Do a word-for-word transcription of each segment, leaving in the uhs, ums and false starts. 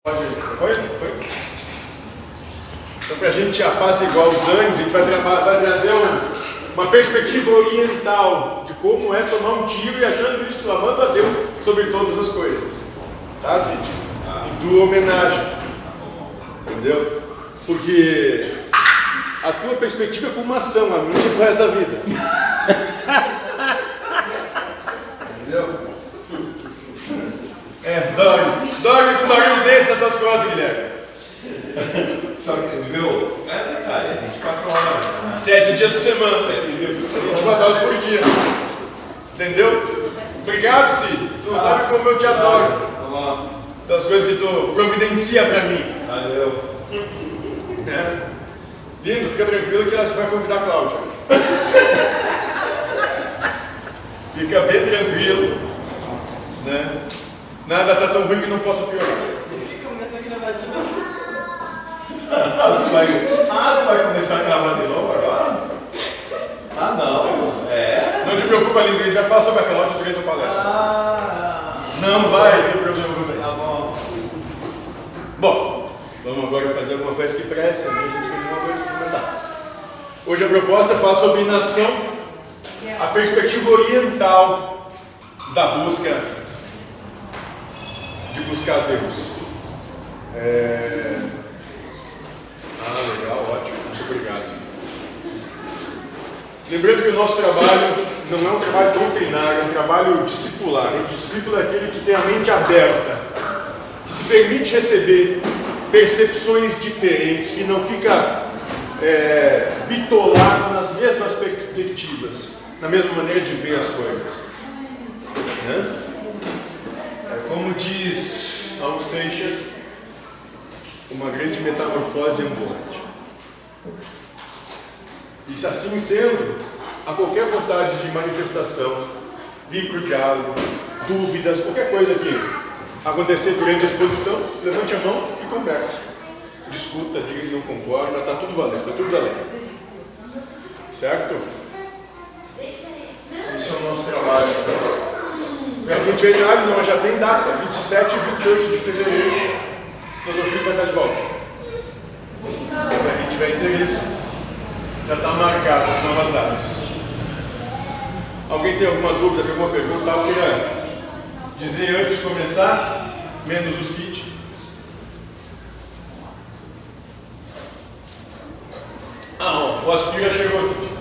Foi? Foi? Então, para a gente apaziguar os ânimos, a gente vai, tra vai trazer um, uma perspectiva oriental de como é tomar um tiro e achando isso, amando a Deus sobre todas as coisas. Tá, Cid? Em tua homenagem. Entendeu? Porque a tua perspectiva é como uma ação, a minha é pro resto da vida. Entendeu? É, dorme. Dorme com um barulho desse nas tuas costas, Guilherme. Só que, viu? É, cara, é vinte e quatro horas. Né? Sete dias por semana. Sete dias por semana. vinte e quatro horas por dia. Entendeu? Obrigado, Cid. Tu ah, sabe como eu te adoro. Vamos das coisas que tu providencia pra mim. Valeu. É. Lindo, fica tranquilo que ela vai convidar a Cláudia. Fica bem tranquilo. Né? Nada tá tão ruim que não possa piorar. Ah, tu vai, ah, tu vai começar a gravar de novo agora? Ah, não. É. Não te preocupa, Lindo, a gente vai falar sobre a Cláudia durante a palestra. Ah. Não vai ter problema com isso. Tá bom. Bom, vamos agora fazer alguma coisa que preste, a gente faz uma coisa para começar. Hoje a proposta é falar sobre nação, a perspectiva oriental da busca, de buscar Deus. É... Ah, legal, ótimo, muito obrigado. Lembrando que o nosso trabalho não é um trabalho doutrinário, é um trabalho discipular. O discípulo é aquele que tem a mente aberta, que se permite receber percepções diferentes, que não fica é, bitolado nas mesmas perspectivas, na mesma maneira de ver as coisas. Né? É como diz Raul Seixas, uma grande metamorfose ambulante. E assim sendo, a qualquer vontade de manifestação, vir para o diálogo, dúvidas, qualquer coisa que acontecer durante a exposição, levante a mão e converse. Discuta, diga que não concorda, está tudo valendo, está tudo valendo. Certo? Esse é o nosso trabalho. Para quem tiver de olho, não, já tem data, vinte e sete e vinte e oito de fevereiro, quando eu fiz vai estar de volta. Para quem tiver interesse, já está marcado as novas datas. Alguém tem alguma dúvida, tem alguma pergunta? Eu queria dizer antes de começar, menos o Cid. Ah, o Aspira chegou, Cid.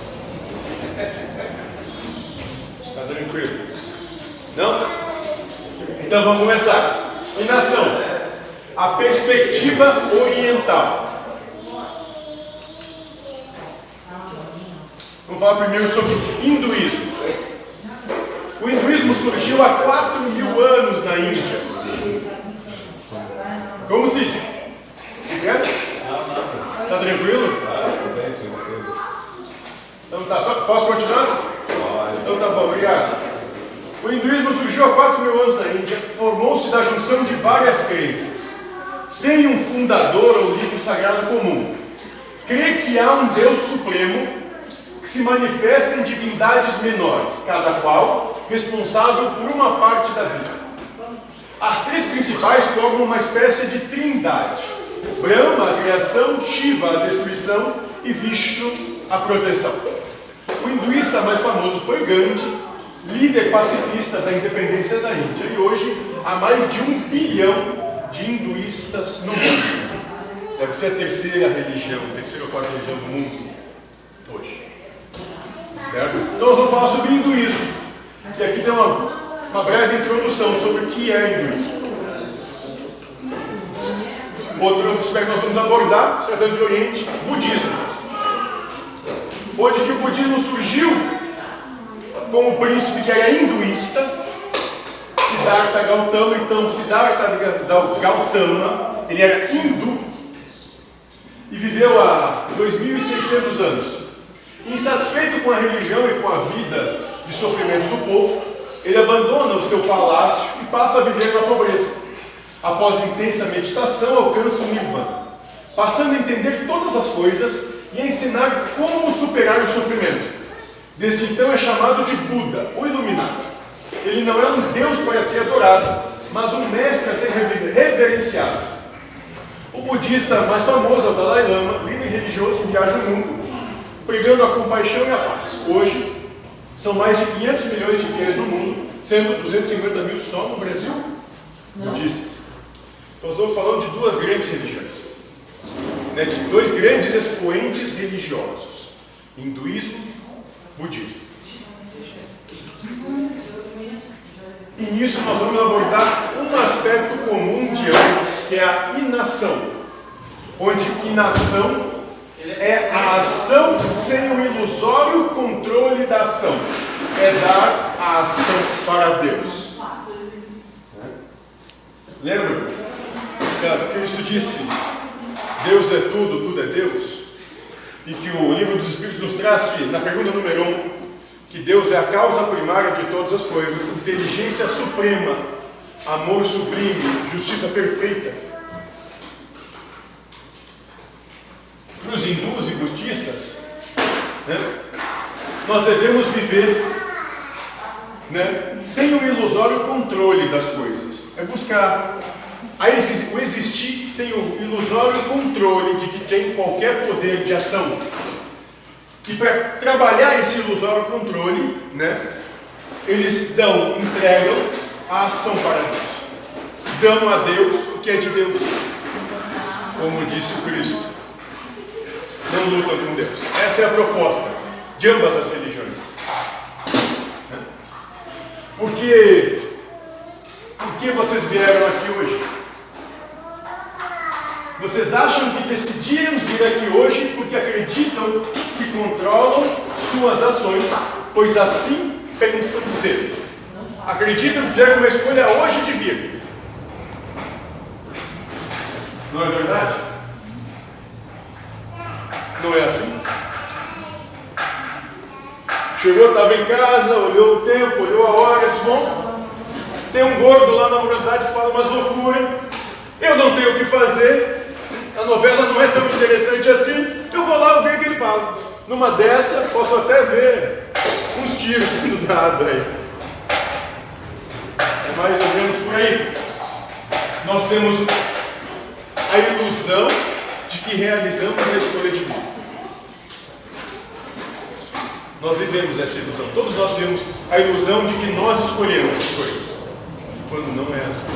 Está tranquilo? Não? Então vamos começar. E nação, a perspectiva oriental. Vamos falar primeiro sobre hinduísmo. O hinduísmo surgiu há quatro mil anos na Índia. Como, Cid? Está tranquilo? Então tá, só, posso continuar? Então tá bom, obrigado. O hinduísmo surgiu há quatro mil anos na Índia, formou-se da junção de várias crenças, sem um fundador ou livro sagrado comum. Crê que há um Deus supremo que se manifesta em divindades menores, cada qual responsável por uma parte da vida. As três principais formam uma espécie de trindade: Brahma, a criação, Shiva, a destruição e Vishnu, a proteção. O hinduísta mais famoso foi Gandhi, líder pacifista da independência da Índia, e hoje há mais de um bilhão de hinduístas no mundo. Deve ser a terceira religião, a terceira ou quarta religião do mundo hoje. Certo? Então nós vamos falar sobre hinduísmo. E aqui tem uma, uma breve introdução sobre o que é hinduísmo. Outro aspecto que nós vamos abordar, se tratando de Oriente, budismo. Onde que o budismo surgiu com o príncipe que era hinduísta, Siddhartha Gautama. Então Siddhartha Gautama, ele era hindu e viveu há dois mil e seiscentos anos. Insatisfeito com a religião e com a vida de sofrimento do povo, ele abandona o seu palácio e passa a viver na pobreza. Após intensa meditação, alcança o Nirvana, passando a entender todas as coisas e a ensinar como superar o sofrimento. Desde então é chamado de Buda, o Iluminado. Ele não é um Deus para ser adorado, mas um mestre a ser reverenciado. O budista mais famoso é o Dalai Lama, líder religioso que viaja o mundo, pregando a compaixão e a paz. Hoje, são mais de quinhentos milhões de fiéis no mundo, sendo duzentos e cinquenta mil só no Brasil, Não. budistas. Nós estamos falando de duas grandes religiões, né, de dois grandes expoentes religiosos, hinduísmo e budismo. E nisso nós vamos abordar um aspecto comum de ambos, que é a inação, onde inação é a ação sem o ilusório controle da ação, é dar a ação para Deus. Lembra que Cristo disse: Deus é tudo, tudo é Deus? E que o livro dos Espíritos nos traz que, na pergunta número um, que Deus é a causa primária de todas as coisas, inteligência suprema, amor sublime, justiça perfeita. Para os hindus e budistas, né, nós devemos viver, né, sem o ilusório controle das coisas. É buscar a exi- o existir sem o ilusório controle de que tem qualquer poder de ação. E para trabalhar esse ilusório controle, né, eles dão, entregam a ação para Deus. Dão a Deus o que é de Deus. Como disse o Cristo. Não lutam com Deus. Essa é a proposta de ambas as religiões. Porque, por que vocês vieram aqui hoje? Vocês acham que decidiram vir aqui hoje porque acreditam que controlam suas ações, pois assim pensam ser. Acreditam que fizeram uma escolha hoje de vir. Não é verdade? Não é assim? Chegou, estava em casa, olhou o tempo, olhou a hora, disse: bom, tem um gordo lá na Amorosidade que fala umas loucuras, eu não tenho o que fazer, a novela não é tão interessante assim, eu vou lá ver o que ele fala. Numa dessa, posso até ver uns tiros sendo dados aí. É mais ou menos por aí. Nós temos a ilusão de que realizamos a escolha de vida. Nós vivemos essa ilusão. Todos nós vivemos a ilusão de que nós escolhemos as coisas, quando não é assim.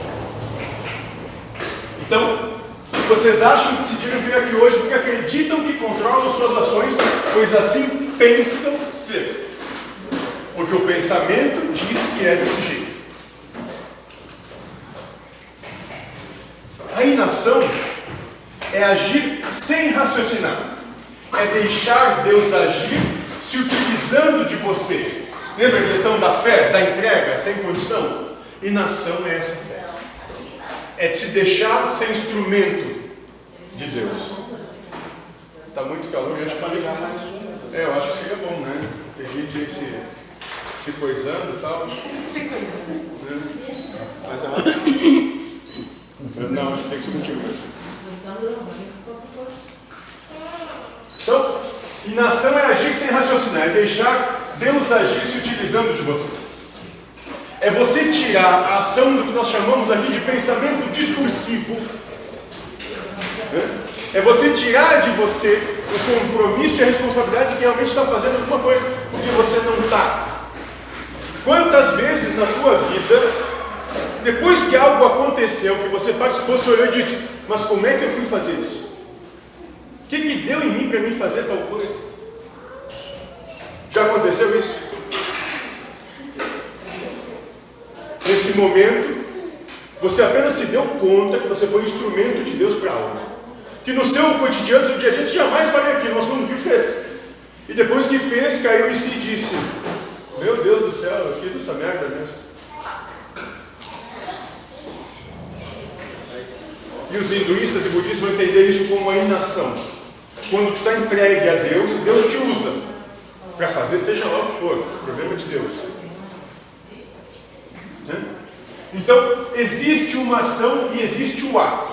Então, vocês acham que decidiram vir aqui hoje porque acreditam que controlam suas ações, pois assim pensam ser. Porque o pensamento diz que é desse jeito. A inação é agir sem raciocinar. É deixar Deus agir se utilizando de você. Lembra a questão da fé, da entrega, sem condição? Inação é essa fé. É de se deixar ser instrumento de Deus. Está muito calor, eu acho que pode ligar mais. É, eu acho que seria bom, né? Tem gente aí se, se coisando e tal. Né? Mas ela... Não, acho que tem que ser contigo mesmo. Então, inação é agir sem raciocinar, é deixar Deus agir se utilizando de você. É você tirar a ação do que nós chamamos aqui de pensamento discursivo. É você tirar de você o compromisso e a responsabilidade de que realmente está fazendo alguma coisa, porque você não está. Quantas vezes na tua vida, depois que algo aconteceu, que você participou, você olhou e disse: mas como é que eu fui fazer isso? O que, que deu em mim para mim fazer tal coisa? Já aconteceu isso? Nesse momento, você apenas se deu conta que você foi um instrumento de Deus para algo. Que no seu cotidiano, no seu dia a dia, você jamais faria aquilo, mas quando viu, fez. E depois que fez, caiu em si e disse: meu Deus do céu, eu fiz essa merda mesmo. E os hinduístas e budistas vão entender isso como uma inação. Quando tu está entregue a Deus, Deus te usa para fazer seja lá o que for, o problema de Deus. Né? Então, existe uma ação e existe o ato.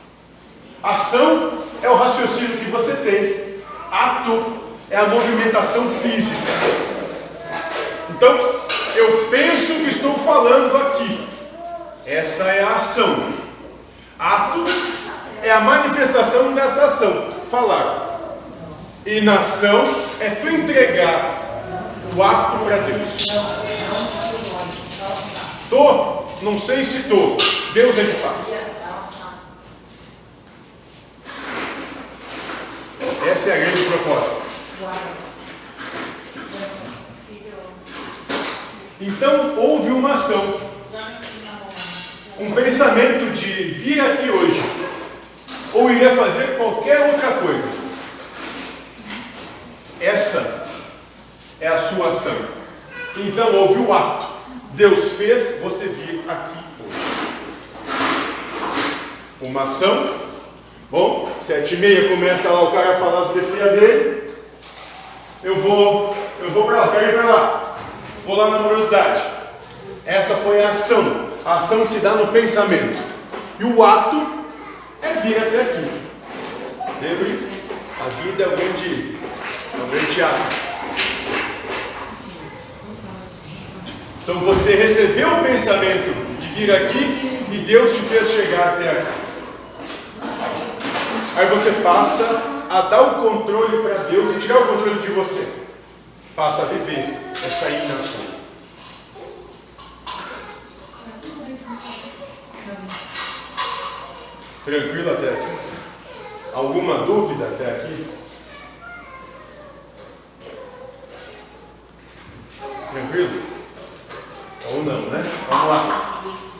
Ação é o raciocínio que você tem. Ato é a movimentação física. Então, eu penso que estou falando aqui. Essa é a ação. Ato é a manifestação dessa ação, falar. Inação é tu entregar o ato para Deus. Tô, não sei se tô, Deus é que faz. Essa é a grande proposta. Então houve uma ação, um pensamento de vir aqui hoje, ou iria fazer qualquer outra coisa. Essa é a sua ação. Então houve o ato. Deus fez você vir aqui hoje. Uma ação. Bom, sete e meia começa lá o cara a falar as besteiras dele. Eu vou, eu vou para lá, quero ir para lá. Vou lá na amorosidade. Essa foi a ação. A ação se dá no pensamento. E o ato é vir até aqui. Lembre? A vida é um grande, é um grande ato. Então você recebeu o pensamento de vir aqui e Deus te fez chegar até aqui. Aí você passa a dar o controle para Deus e tirar o controle de você. Passa a viver essa inação. Tranquilo até aqui? Alguma dúvida até aqui? Tranquilo? Ou não, né? Vamos lá.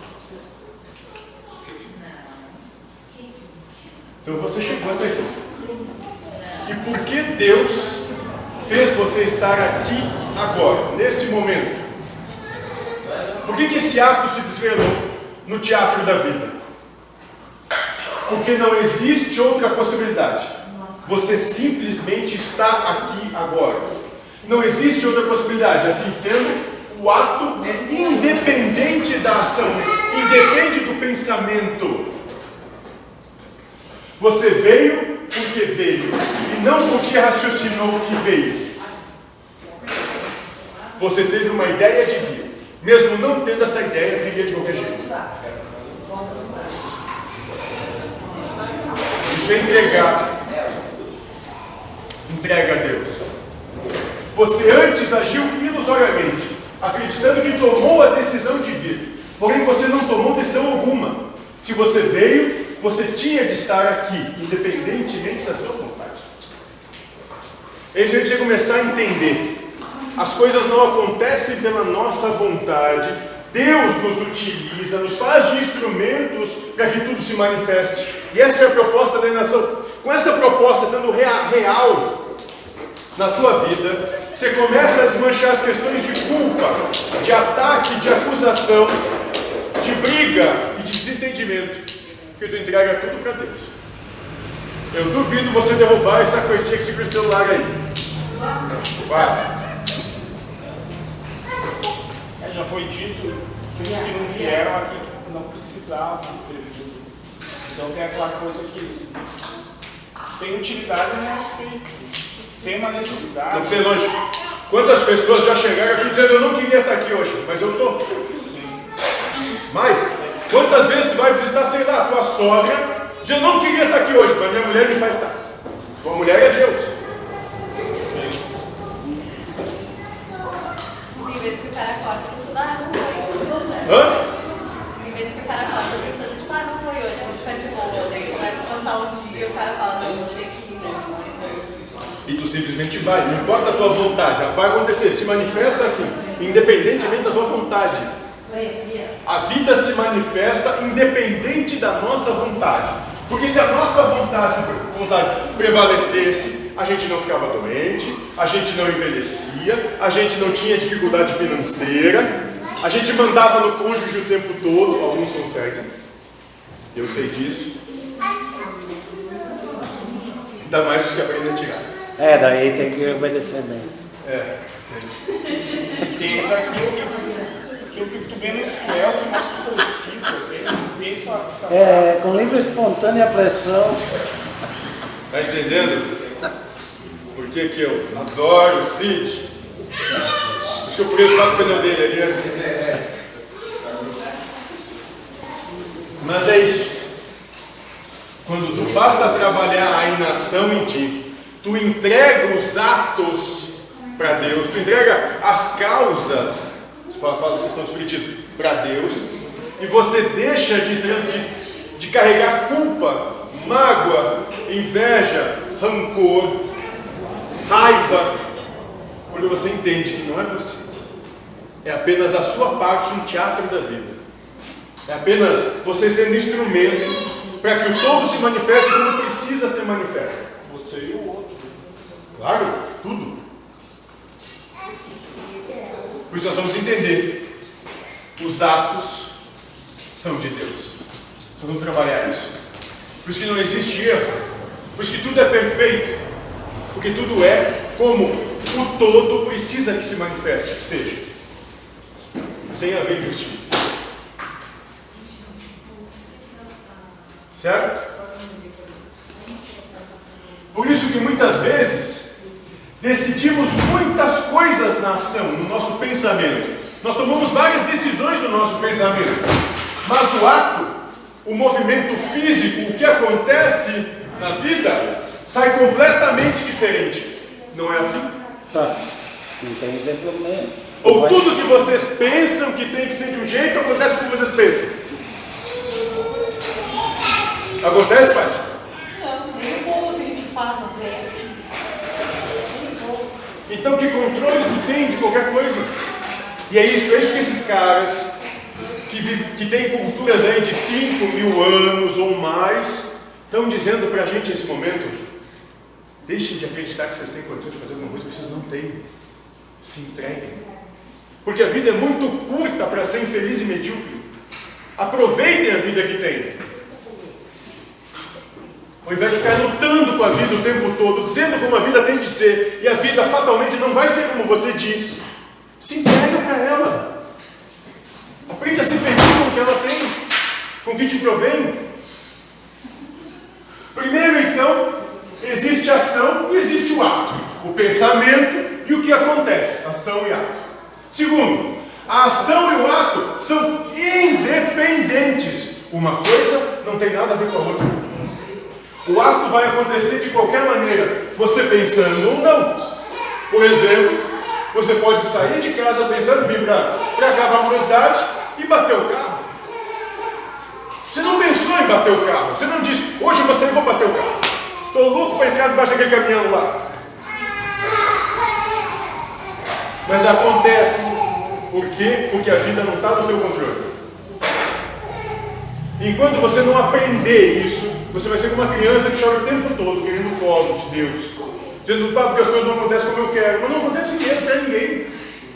Então você chegou até aqui. E por que Deus fez você estar aqui agora, nesse momento? Por que, que esse ato se desvelou no teatro da vida? Porque não existe outra possibilidade. Você simplesmente está aqui agora. Não existe outra possibilidade. Assim sendo, o ato é independente da ação, independe do pensamento. Você veio porque veio, e não porque raciocinou que veio. Você teve uma ideia de vir, mesmo não tendo essa ideia, viria de qualquer jeito. Isso é entregar. Entrega a Deus. Você antes agiu ilusoriamente, acreditando que tomou a decisão de vir. Porém, você não tomou decisão alguma. Se você veio, você tinha de estar aqui, independentemente da sua vontade. É isso que a gente tem que começar a entender. As coisas não acontecem pela nossa vontade. Deus nos utiliza, nos faz de instrumentos para que tudo se manifeste. E essa é a proposta da nação. Com essa proposta, dando real na tua vida, você começa a desmanchar as questões de culpa, de ataque, de acusação, de briga e de desentendimento, que tu entrega tudo para Deus. Eu duvido você derrubar essa coisinha que segura o celular aí. Quase. É, já foi dito que os que não vieram aqui não precisavam ter vindo. Então tem aquela coisa que sem utilidade não é feito. Sem uma necessidade. Não precisa ir longe. Quantas pessoas já chegaram aqui dizendo: eu não queria estar aqui hoje, mas eu estou. Mas, quantas vezes tu vai visitar, sei lá, a tua sogra, dizendo: eu não queria estar aqui hoje, mas minha mulher me faz estar. Tua mulher é Deus. Tem vezes que o cara acorda pensando: ah, não foi. Hã? Tem vezes que o cara acorda pensando: tipo, ah, não foi hoje, eu vou ficar de boa. Daí começa a passar um dia e o cara fala: não, vou ter que ir, né? E tu simplesmente vai, não importa a tua vontade, vai acontecer, se manifesta assim, independentemente da tua vontade. A vida se manifesta independente da nossa vontade. Porque se a nossa vontade, vontade prevalecesse, a gente não ficava doente, a gente não envelhecia, a gente não tinha dificuldade financeira, a gente mandava no cônjuge o tempo todo, alguns conseguem, eu sei disso. Ainda mais os que aprendem a tirar. É, daí tem que obedecer mesmo. É. Tem aquilo que tu vê nesse é o que mais tu precisa. Tem essa, essa É, com livre espontânea pressão. Tá entendendo? Por que que eu adoro o Cid? Por isso que eu furei os quatro pneus dele ali antes. Mas é isso. Quando tu passa a trabalhar a inação em ti, tu entrega os atos para Deus, tu entrega as causas, se fala da questão do espiritismo, para Deus, e você deixa de, de, de carregar culpa, mágoa, inveja, rancor, raiva, porque você entende que não é você, é apenas a sua parte no teatro da vida, é apenas você sendo instrumento para que o todo se manifeste como precisa ser manifesto. Você e o outro. Claro, tudo. Por isso nós vamos entender, os atos são de Deus. Nós vamos trabalhar isso. Por isso que não existe erro, por isso que tudo é perfeito, porque tudo é como o todo precisa que se manifeste, que seja, sem haver injustiça. Certo? Por isso que muitas vezes decidimos muitas coisas na ação, no nosso pensamento. Nós tomamos várias decisões no nosso pensamento, mas o ato, o movimento físico, o que acontece na vida, sai completamente diferente. Não é assim? Tá. Não tem exemplo mesmo. Ou Vai- tudo que vocês pensam que tem que ser de um jeito, acontece como vocês pensam. Acontece, Paty? Não, nem o bolo que a gente faz não cresce. Então que controle tu tem de qualquer coisa? E é isso, é isso que esses caras que, vi- que têm culturas aí de cinco mil anos ou mais estão dizendo pra gente nesse momento: deixem de acreditar que vocês têm condição de fazer alguma coisa que vocês não têm. Se entreguem. Porque a vida é muito curta para ser infeliz e medíocre. Aproveitem a vida que tem. Ao invés de ficar lutando com a vida o tempo todo, dizendo como a vida tem de ser, e a vida fatalmente não vai ser como você diz, se entrega para ela. Aprende a ser feliz com o que ela tem, com o que te provém. Primeiro, então, existe a ação e existe o ato. O pensamento e o que acontece. Ação e ato. Segundo, a ação e o ato são independentes. Uma coisa não tem nada a ver com a outra. O ato vai acontecer de qualquer maneira, você pensando ou não. Por exemplo, você pode sair de casa pensando em vir para cá, para uma cidade e bater o carro. Você não pensou em bater o carro. Você não disse, hoje eu vou sair e vou bater o carro. Estou louco para entrar debaixo daquele caminhão lá. Mas acontece. Por quê? Porque a vida não está no teu controle. Enquanto você não aprender isso, você vai ser como uma criança que chora o tempo todo, querendo o colo de Deus. Dizendo, pá, porque as coisas não acontecem como eu quero. Mas não acontece mesmo para ninguém.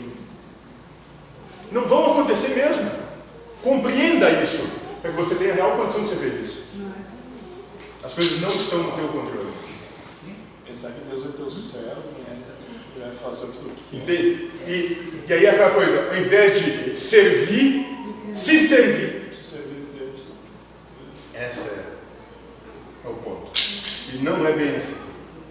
Não vão acontecer mesmo. Compreenda isso, para que você tenha a real condição de ser feliz. As coisas não estão no teu controle. Pensar que Deus é teu servo, né? Ele vai fazer o que tu quer. Entende? E, e aí é aquela coisa, ao invés de servir, se servir. Servir a Deus. Esse é, é o ponto. E não é bem assim.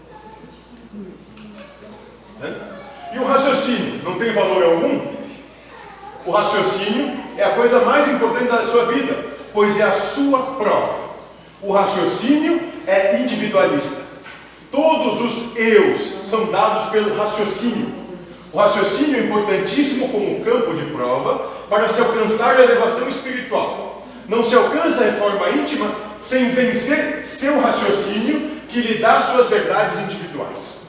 Né? E o raciocínio não tem valor algum? O raciocínio é a coisa mais importante da sua vida, pois é a sua prova. O raciocínio é individualista. Todos os eus são dados pelo raciocínio. O raciocínio é importantíssimo como campo de prova para se alcançar a elevação espiritual. Não se alcança a reforma íntima sem vencer seu raciocínio, que lhe dá suas verdades individuais.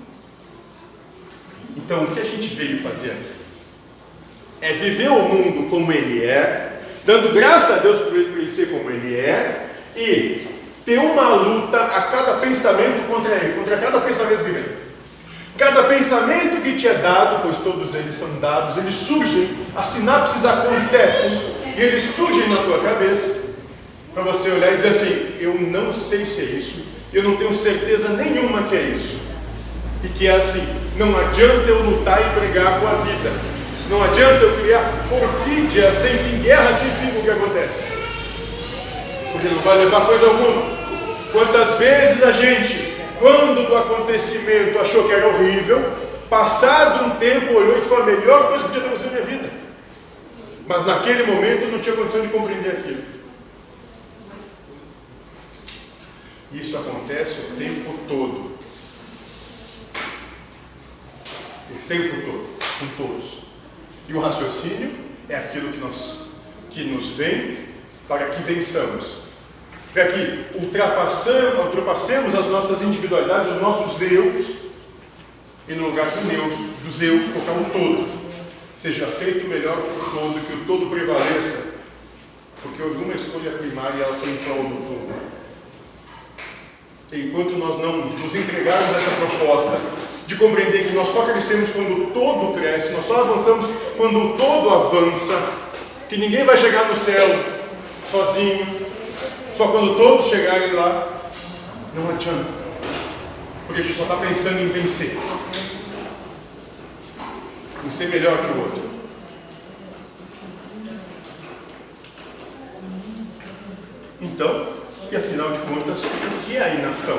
Então, o que a gente veio fazer aqui? É viver o mundo como ele é, dando graça a Deus por ele ser como ele é, e ter uma luta a cada pensamento contra ele, contra cada pensamento que vem. Cada pensamento que te é dado, pois todos eles são dados, eles surgem, as sinapses acontecem, e eles surgem na tua cabeça, para você olhar e dizer assim, eu não sei se é isso, eu não tenho certeza nenhuma que é isso. E que é assim, não adianta eu lutar e brigar com a vida. Não adianta eu criar porfídia sem fim, guerra sem fim com o que acontece. Porque não vai levar coisa alguma. Quantas vezes a gente, quando do acontecimento achou que era horrível, passado um tempo olhou e foi a melhor coisa que podia ter acontecido na minha vida. Mas naquele momento não tinha condição de compreender aquilo. E isso acontece o tempo todo. O tempo todo, com todos. E o raciocínio é aquilo que, nós, que nos vem para que vençamos. Para que ultrapassemos, ultrapassemos as nossas individualidades, os nossos eus, e no lugar do neus, dos eus, colocar um todo. Seja feito melhor por todo, que o todo prevaleça. Porque houve uma escolha primária e ela foi em prol do todo. Enquanto nós não nos entregarmos a essa proposta de compreender que nós só crescemos quando o todo cresce, nós só avançamos quando o todo avança, que ninguém vai chegar no céu sozinho, só quando todos chegarem lá, não adianta, porque a gente só está pensando em vencer, em ser melhor que o outro. Então, e afinal de contas, o que é a inação?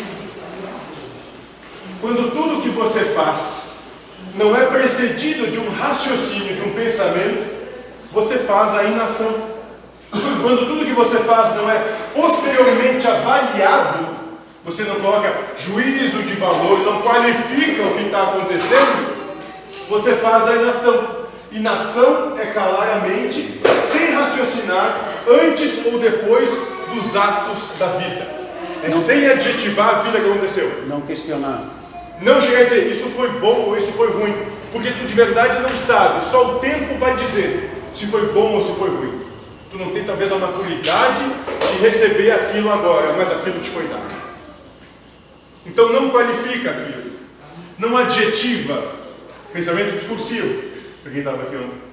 Quando tudo que você faz não é precedido de um raciocínio, de um pensamento, você faz a inação. Quando tudo que você faz não é posteriormente avaliado, você não coloca juízo de valor, não qualifica o que está acontecendo, você faz a inação. Inação é calar a mente sem raciocinar antes ou depois dos atos da vida. É não, sem adjetivar a vida que aconteceu. Não questionar. Não chegar a dizer, isso foi bom ou isso foi ruim. Porque tu de verdade não sabe. Só o tempo vai dizer se foi bom ou se foi ruim. Tu não tem talvez a maturidade de receber aquilo agora, mas aquilo te foi dado. Então não qualifica aquilo. Não adjetiva. Pensamento discursivo. Para quem estava aqui ontem.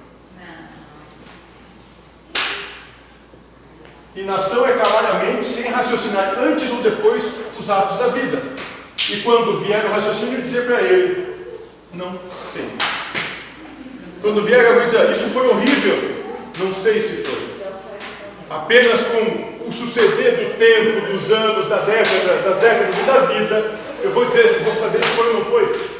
Inação é calar a mente sem raciocinar antes ou depois dos atos da vida. E quando vier o raciocínio, dizer para ele, não sei. Quando vier a dizer, isso foi horrível, não sei se foi. Apenas com o suceder do tempo, dos anos, da década, das décadas e da vida, eu vou dizer, vou saber se foi ou não foi.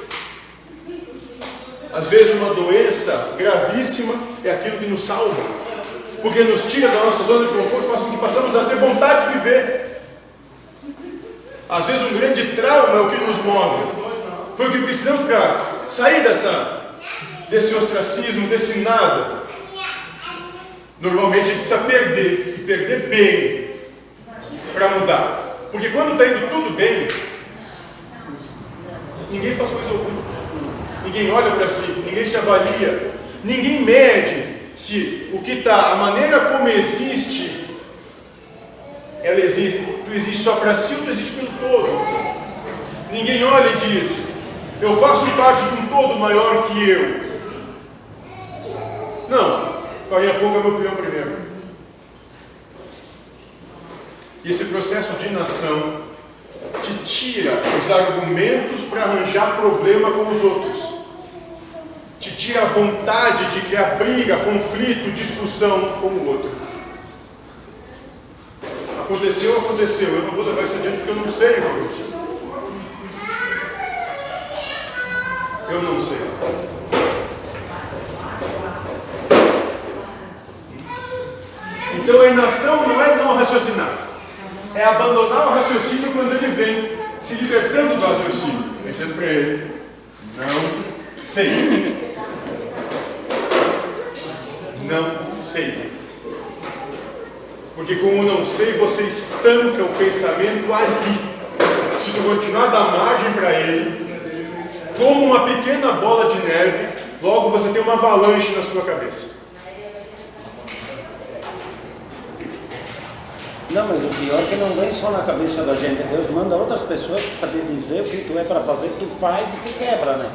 Às vezes uma doença gravíssima é aquilo que nos salva, porque nos tira da nossa zona de conforto, faz com que passamos a ter vontade de viver. Às vezes um grande trauma é o que nos move. Foi o que precisamos para sair dessa, desse ostracismo, desse nada. Normalmente a gente precisa perder, e perder bem, para mudar. Porque quando está indo tudo bem, ninguém faz coisa alguma. Ninguém olha para si, ninguém se avalia, ninguém mede se o que está, a maneira como existe, ela existe, tu existe só para si ou tu existe pelo todo. Ninguém olha e diz, eu faço parte de um todo maior que eu. Não, faria pouco é meu peão primeiro. E esse processo de inação te tira os argumentos para arranjar problema com os outros. Te tira a vontade de criar briga, conflito, discussão com o outro. Aconteceu, aconteceu. Eu não vou levar isso adiante porque eu não sei o que aconteceu. Eu não sei. Então a inação não é não raciocinar. É abandonar o raciocínio quando ele vem, se libertando do raciocínio. Dizendo para ele, não sei. Não sei. Porque como não sei, você estanca o pensamento ali. Se tu continuar a dar margem para ele, como uma pequena bola de neve, logo você tem uma avalanche na sua cabeça. Não, mas o pior é que não vem só na cabeça da gente. Deus manda outras pessoas para te dizer o que tu é para fazer, tu faz e se quebra, né?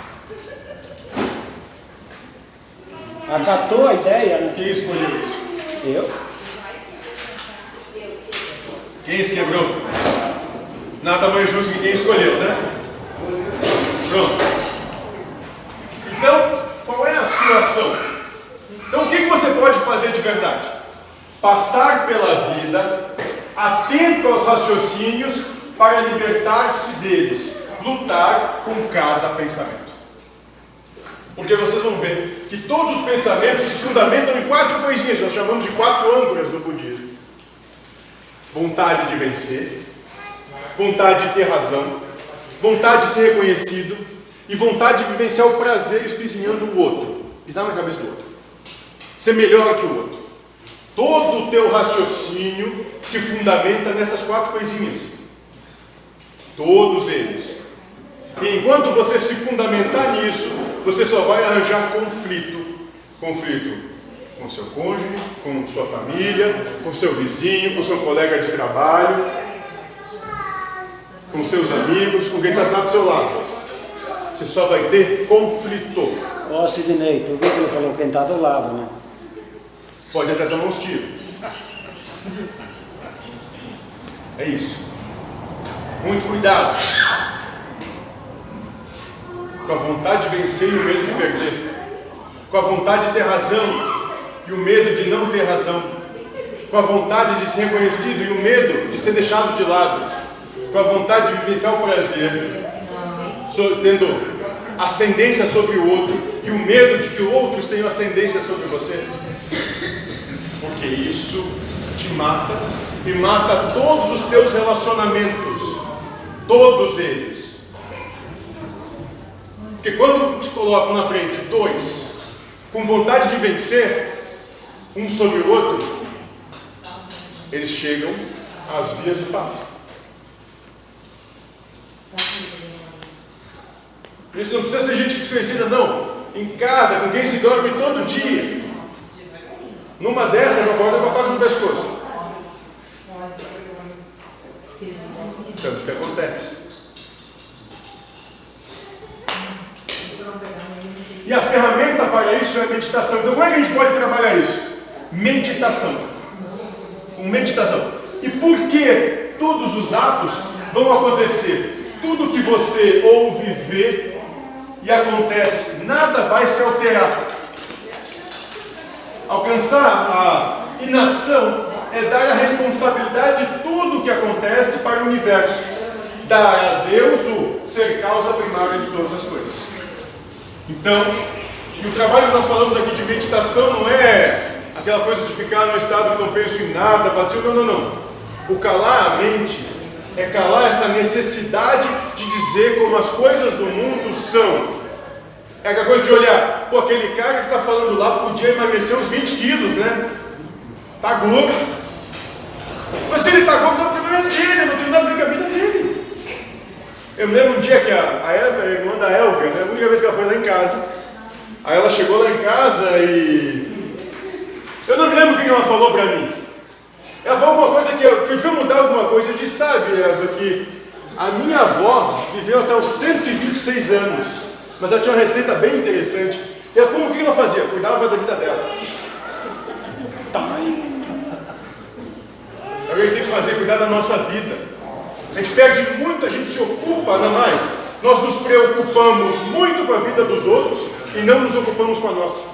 Acatou a ideia, né? Quem escolheu isso? Eu. Quem se quebrou? Nada mais justo que quem escolheu, né? Pronto. Então, qual é a sua ação? Então, o que você pode fazer de verdade? Passar pela vida atento aos raciocínios para libertar-se deles. Lutar com cada pensamento. Porque vocês vão ver que todos os pensamentos se fundamentam em quatro coisinhas. Nós chamamos de quatro âncoras no budismo. Vontade de vencer, vontade de ter razão, vontade de ser reconhecido e vontade de vivenciar o prazer espizinhando o outro, pisar na cabeça do outro, ser melhor que o outro. Todo o teu raciocínio se fundamenta nessas quatro coisinhas. Todos eles. E enquanto você se fundamentar nisso, você só vai arranjar conflito. Conflito com seu cônjuge, com sua família, com seu vizinho, com seu colega de trabalho, com seus amigos, com quem está sentado do seu lado. Você só vai ter conflito. Ó, Sidney, tu viu que ele falou quem está do lado, né? Pode até tomar uns tiros. É isso. Muito cuidado com a vontade de vencer e o medo de perder, com a vontade de ter razão e o medo de não ter razão, com a vontade de ser reconhecido e o medo de ser deixado de lado, com a vontade de vivenciar o prazer, tendo ascendência sobre o outro e o medo de que outros tenham ascendência sobre você, porque isso te mata e mata todos os teus relacionamentos, todos eles. Porque quando te colocam na frente dois com vontade de vencer um sobre o outro, eles chegam às vias do fato. Por isso não precisa ser gente desconhecida, não. Em casa, com quem se dorme todo dia. Numa dessas, eu acordo com a faca no pescoço. Tanto que acontece. E a ferramenta para isso é a meditação. Então, como é que a gente pode trabalhar isso? Meditação. Com meditação. E por que todos os atos vão acontecer? Tudo que você ouve, vê e acontece, nada vai se alterar. Alcançar a inação é dar a responsabilidade de tudo que acontece para o universo. Dar a Deus o ser causa primária de todas as coisas. Então, e o trabalho que nós falamos aqui de meditação não é aquela coisa de ficar no estado que não penso em nada, vazio, não, não, não. O calar a mente é calar essa necessidade de dizer como as coisas do mundo são. É aquela coisa de olhar, pô, aquele cara que está falando lá podia emagrecer uns vinte quilos, né? Tá gordo. Mas se ele está gordo, não é o problema dele, não tem nada a ver com a vida dele. Eu me lembro um dia que a, a Eva, a irmã da Elvia, né, a única vez que ela foi lá em casa, aí ela chegou lá em casa e eu não me lembro o que ela falou para mim. Ela falou alguma coisa que eu, que eu devia mudar alguma coisa. Eu disse, sabe, Eva, que a minha avó viveu até os cento e vinte e seis anos, mas ela tinha uma receita bem interessante. E ela, como, o que ela fazia? Cuidava da vida dela. Tá. A gente tem que fazer, cuidar da nossa vida. A gente perde muito, a gente se ocupa, não mais. Nós nos preocupamos muito com a vida dos outros e não nos ocupamos com a nossa.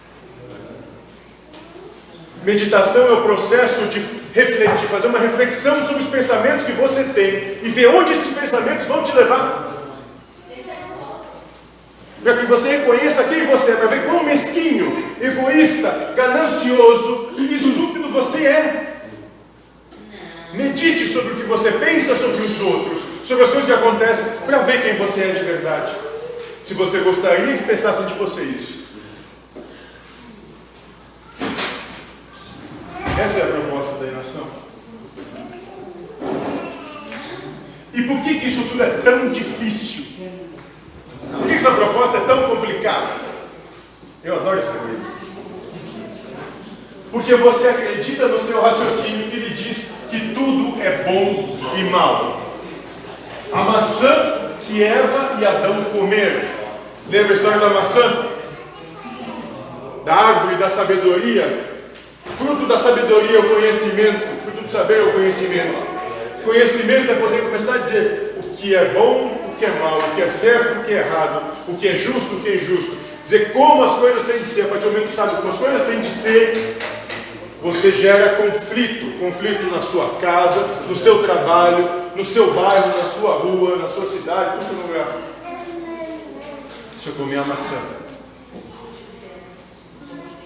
Meditação é o processo de refletir, fazer uma reflexão sobre os pensamentos que você tem e ver onde esses pensamentos vão te levar. Para que você reconheça quem você é, para ver quão mesquinho, egoísta, ganancioso e estúpido você é. Medite sobre o que você pensa sobre os outros, sobre as coisas que acontecem, para ver quem você é de verdade. Se você gostaria que pensassem de você isso. Essa é a proposta da inação. E por que, que isso tudo é tão difícil? Por que essa proposta é tão complicada? Eu adoro essa coisa. Porque você acredita no seu raciocínio que lhe diz que tudo é bom e mal. A maçã que Eva e Adão comeram. Lembra a história da maçã? Da árvore da sabedoria? Fruto da sabedoria é o conhecimento. Fruto do saber é o conhecimento. Conhecimento é poder começar a dizer o que é bom, o que é mal, o que é certo, o que é errado, o que é justo, o que é injusto. Dizer como as coisas têm de ser. A partir do momento que sabe como as coisas têm de ser, você gera conflito. Conflito na sua casa, no seu trabalho, no seu bairro, na sua rua, na sua cidade, em todo lugar. Se eu comer a maçã.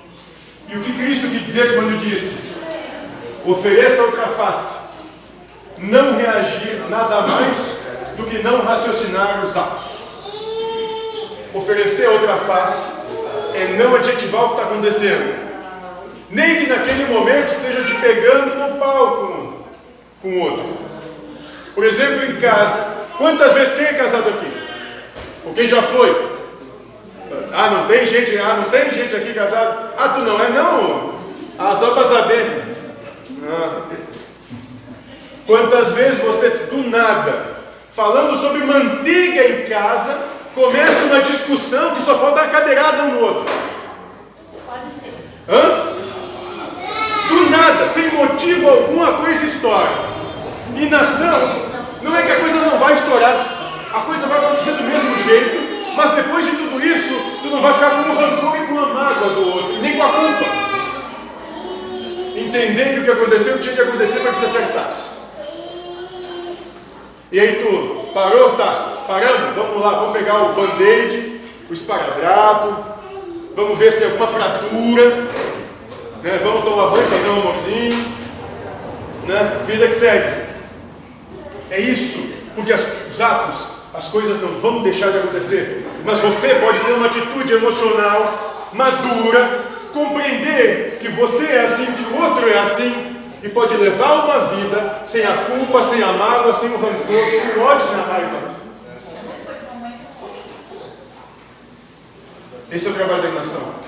E o que Cristo quis dizer quando disse: ofereça outra face. não reagir nada mais do que não raciocinar os atos. Oferecer outra face é não adjetivar o que está acontecendo. Nem que naquele momento esteja te pegando no pau com, com o outro. Por exemplo, em casa. Quantas vezes quem é casado aqui? Ou quem já foi? Ah, não tem gente, ah, não tem gente aqui casada. Ah, tu não é? Não. Ah, só para saber. Ah. Quantas vezes você, do nada, falando sobre manteiga em casa, começa uma discussão que só falta uma cadeirada um no outro? Pode ser. Hã? Do nada, sem motivo algum, a coisa estoura. E nação, não é que a coisa não vai estourar, a coisa vai acontecer do mesmo jeito, mas depois de tudo isso, tu não vai ficar com o rancor e com a mágoa do outro, nem com a culpa. Entender que o que aconteceu tinha que acontecer para que se acertasse. E aí tu, parou? Tá, paramos, vamos lá, vamos pegar o band-aid, o esparadrapo, vamos ver se tem alguma fratura, né? Vamos tomar banho, fazer um amorzinho, né? Vida que segue. É isso, porque as, os atos, as coisas não vão deixar de acontecer, mas você pode ter uma atitude emocional madura, compreender que você é assim, que o outro é assim, e pode levar uma vida sem a culpa, sem a mágoa, sem o rancor, sem o ódio, sem a raiva. Esse é o trabalho da nação.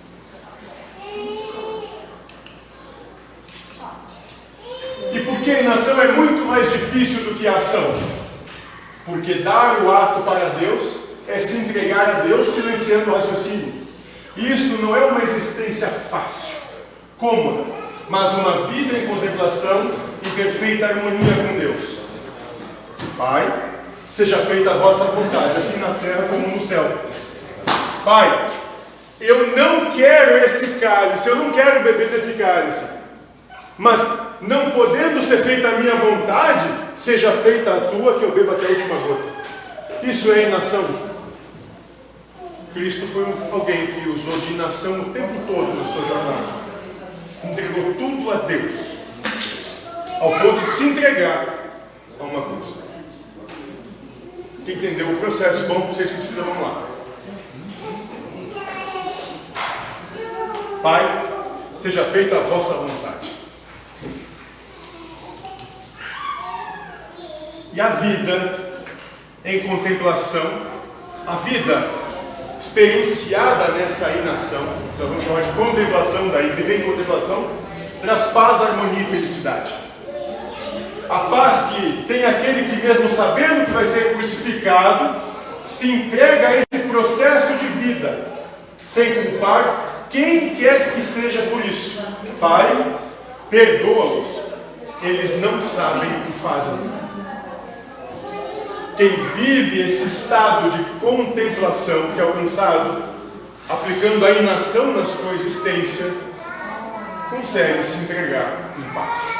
E por que a inação é muito mais difícil do que a ação? Porque dar o ato para Deus é se entregar a Deus silenciando o raciocínio. E isso não é uma existência fácil, cômoda, mas uma vida em contemplação e perfeita harmonia com Deus. Pai, seja feita a vossa vontade, assim na terra como no céu. Pai, eu não quero esse cálice, eu não quero beber desse cálice, mas não podendo ser feita a minha vontade, seja feita a tua, que eu beba até a última gota. Isso é inação. Cristo foi alguém que usou de inação o tempo todo na sua jornada. Entregou tudo a Deus, ao ponto de se entregar a uma cruz. Quem entendeu o processo, bom, vocês que precisam, vamos lá. Pai, seja feita a vossa vontade. E a vida em contemplação, a vida experienciada nessa inação, que nós vamos chamar de contemplação, daí viver em contemplação, traz paz, harmonia e felicidade. A paz que tem aquele que, mesmo sabendo que vai ser crucificado, se entrega a esse processo de vida, sem culpar quem quer que seja por isso. Pai, perdoa-os, eles não sabem o que fazem. Quem vive esse estado de contemplação que é alcançado, aplicando a inação na sua existência, consegue se entregar em paz.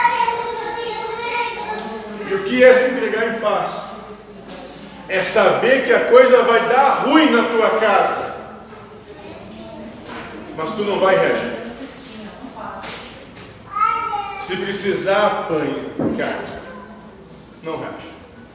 E o que é se entregar em paz? É saber que a coisa vai dar ruim na tua casa, mas tu não vai reagir. Se precisar, apanha, cara, não reage.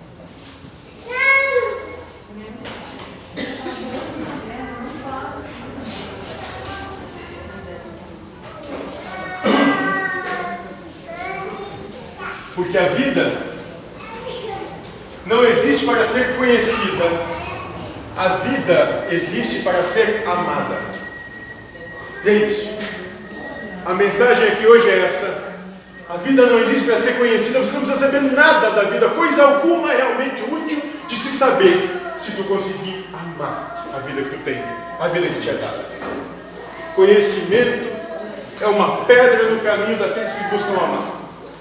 Porque a vida não existe para ser conhecida, a vida existe para ser amada. E é isso. A mensagem aqui hoje é essa. A vida não existe para ser conhecida, você não precisa saber nada da vida, coisa alguma realmente útil de se saber, se tu conseguir amar a vida que tu tem, a vida que te é dada. Conhecimento é uma pedra no caminho daqueles que buscam amar.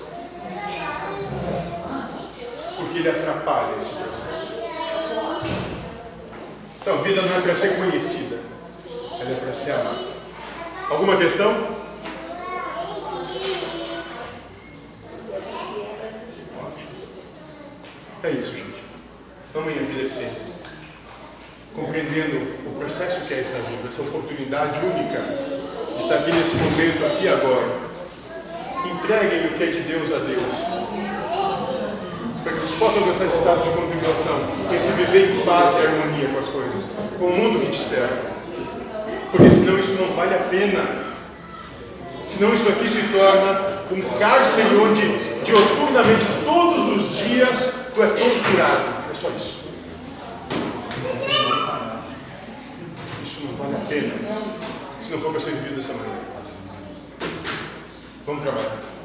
Porque ele atrapalha esse processo. Então, a vida não é para ser conhecida, ela é para ser amada. Alguma questão? É isso, gente. Amem a vida que tem. Compreendendo o processo que é estar vivo, essa oportunidade única de estar aqui nesse momento, aqui agora. Entreguem o que é de Deus a Deus. para que vocês possam alcançar esse estado de contemplação, esse viver em paz e harmonia com as coisas, com o mundo que te cerca. Porque senão isso não vale a pena. Senão isso aqui se torna um cárcere onde, dioturnamente, todos os dias, tu é torturado. É só isso. Isso não vale a pena, se não for para ser vivido dessa maneira. Vamos trabalhar.